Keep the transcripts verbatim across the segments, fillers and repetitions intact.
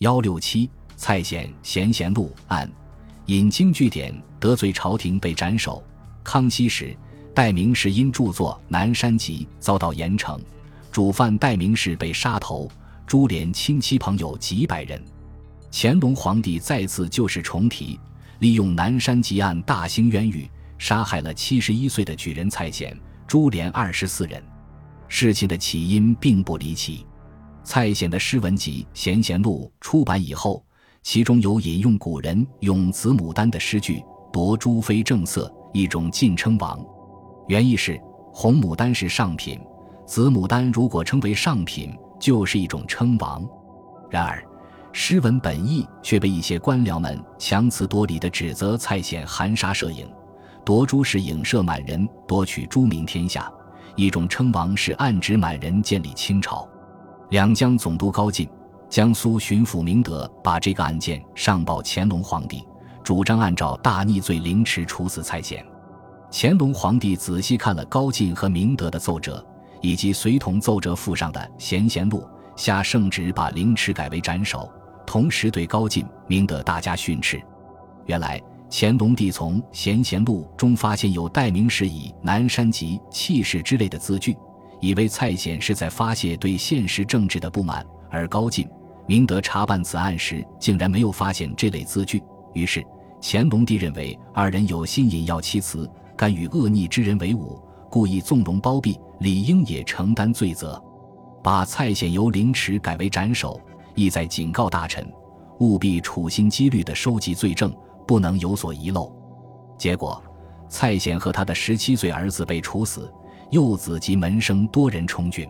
一六七蔡显贤贤录案，引经据典得罪朝廷被斩首。康熙时，戴名士因著作《南山集》遭到严惩，主犯戴名士被杀头，株连亲戚朋友几百人。乾隆皇帝再次旧事重提，利用南山集案大兴冤狱，杀害了七十一岁的举人蔡显，株连二十四人。事情的起因并不离奇。蔡显的诗文集《贤贤录》出版以后，其中有引用古人用子牡丹的诗句夺珠非正色，一种晋称王。原意是红牡丹是上品，紫牡丹如果称为上品，就是一种称王。然而诗文本意却被一些官僚们强词夺理地指责蔡显含沙射影，夺珠是影射满人夺取珠名天下，一种称王是暗指满人建立清朝。两江总督高进、江苏巡抚明德把这个案件上报乾隆皇帝，主张按照大逆罪凌迟处死蔡显。乾隆皇帝仔细看了高进和明德的奏折，以及随同奏折附上的《贤贤录》，下圣旨把凌迟改为斩首，同时对高进、明德大加训斥。原来乾隆帝从《贤贤录》中发现有戴名士以南山集气势之类的字句，以为蔡显是在发泄对现实政治的不满，而高进、明德查办此案时竟然没有发现这类字句。于是乾隆帝认为二人有心引药其词，甘与恶逆之人为伍，故意纵容包庇，理应也承担罪责。把蔡显由凌迟改为斩首，意在警告大臣务必处心积虑地收集罪证，不能有所遗漏。结果蔡显和他的十七岁儿子被处死，幼子及门生多人充军。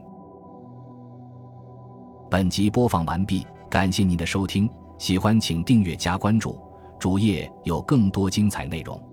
本集播放完毕，感谢您的收听，喜欢请订阅加关注，主页有更多精彩内容。